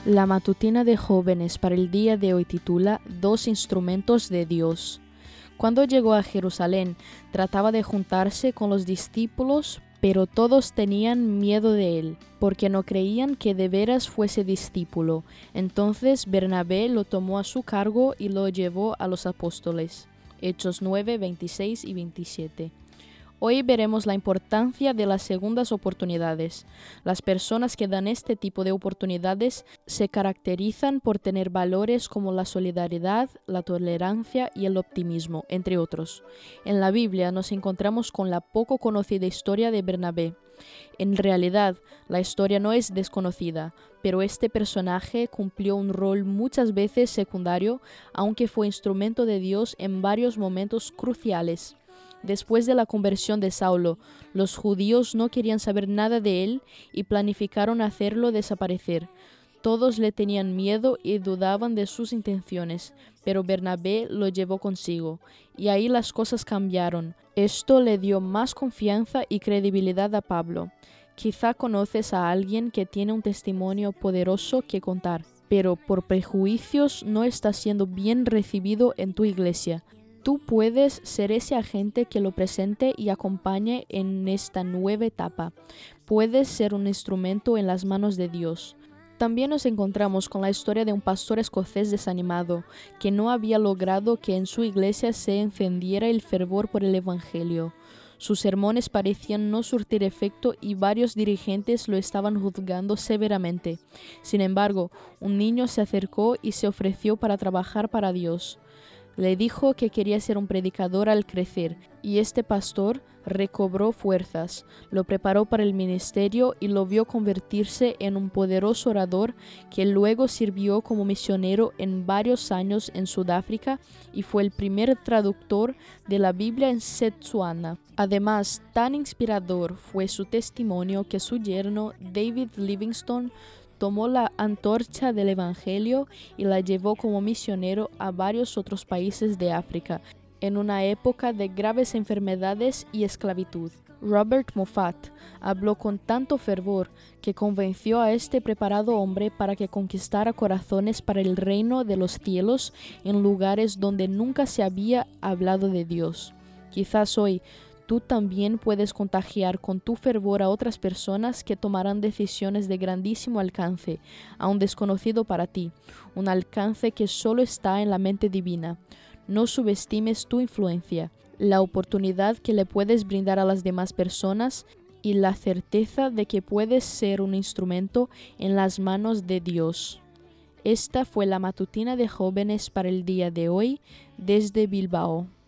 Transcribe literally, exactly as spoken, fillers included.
La matutina de jóvenes para el día de hoy titula Dos instrumentos de Dios. Cuando llegó a Jerusalén, trataba de juntarse con los discípulos, pero todos tenían miedo de él, porque no creían que de veras fuese discípulo. Entonces Bernabé lo tomó a su cargo y lo llevó a los apóstoles. Hechos nueve, veintiséis y veintisiete. Hoy veremos la importancia de las segundas oportunidades. Las personas que dan este tipo de oportunidades se caracterizan por tener valores como la solidaridad, la tolerancia y el optimismo, entre otros. En la Biblia nos encontramos con la poco conocida historia de Bernabé. En realidad, la historia no es desconocida, pero este personaje cumplió un rol muchas veces secundario, aunque fue instrumento de Dios en varios momentos cruciales. Después de la conversión de Saulo, los judíos no querían saber nada de él y planificaron hacerlo desaparecer. Todos le tenían miedo y dudaban de sus intenciones, pero Bernabé lo llevó consigo, y ahí las cosas cambiaron. Esto le dio más confianza y credibilidad a Pablo. Quizá conoces a alguien que tiene un testimonio poderoso que contar, pero por prejuicios no está siendo bien recibido en tu iglesia. Tú puedes ser ese agente que lo presente y acompañe en esta nueva etapa. Puedes ser un instrumento en las manos de Dios. También nos encontramos con la historia de un pastor escocés desanimado, que no había logrado que en su iglesia se encendiera el fervor por el Evangelio. Sus sermones parecían no surtir efecto y varios dirigentes lo estaban juzgando severamente. Sin embargo, un niño se acercó y se ofreció para trabajar para Dios. Le dijo que quería ser un predicador al crecer, y este pastor recobró fuerzas, lo preparó para el ministerio y lo vio convertirse en un poderoso orador que luego sirvió como misionero en varios años en Sudáfrica y fue el primer traductor de la Biblia en Setswana. Además, tan inspirador fue su testimonio que su yerno, David Livingstone, tomó la antorcha del Evangelio y la llevó como misionero a varios otros países de África, en una época de graves enfermedades y esclavitud. Robert Moffat habló con tanto fervor que convenció a este preparado hombre para que conquistara corazones para el reino de los cielos en lugares donde nunca se había hablado de Dios. Quizás hoy tú también puedes contagiar con tu fervor a otras personas que tomarán decisiones de grandísimo alcance, aún desconocido para ti, un alcance que solo está en la mente divina. No subestimes tu influencia, la oportunidad que le puedes brindar a las demás personas y la certeza de que puedes ser un instrumento en las manos de Dios. Esta fue la matutina de jóvenes para el día de hoy desde Bilbao.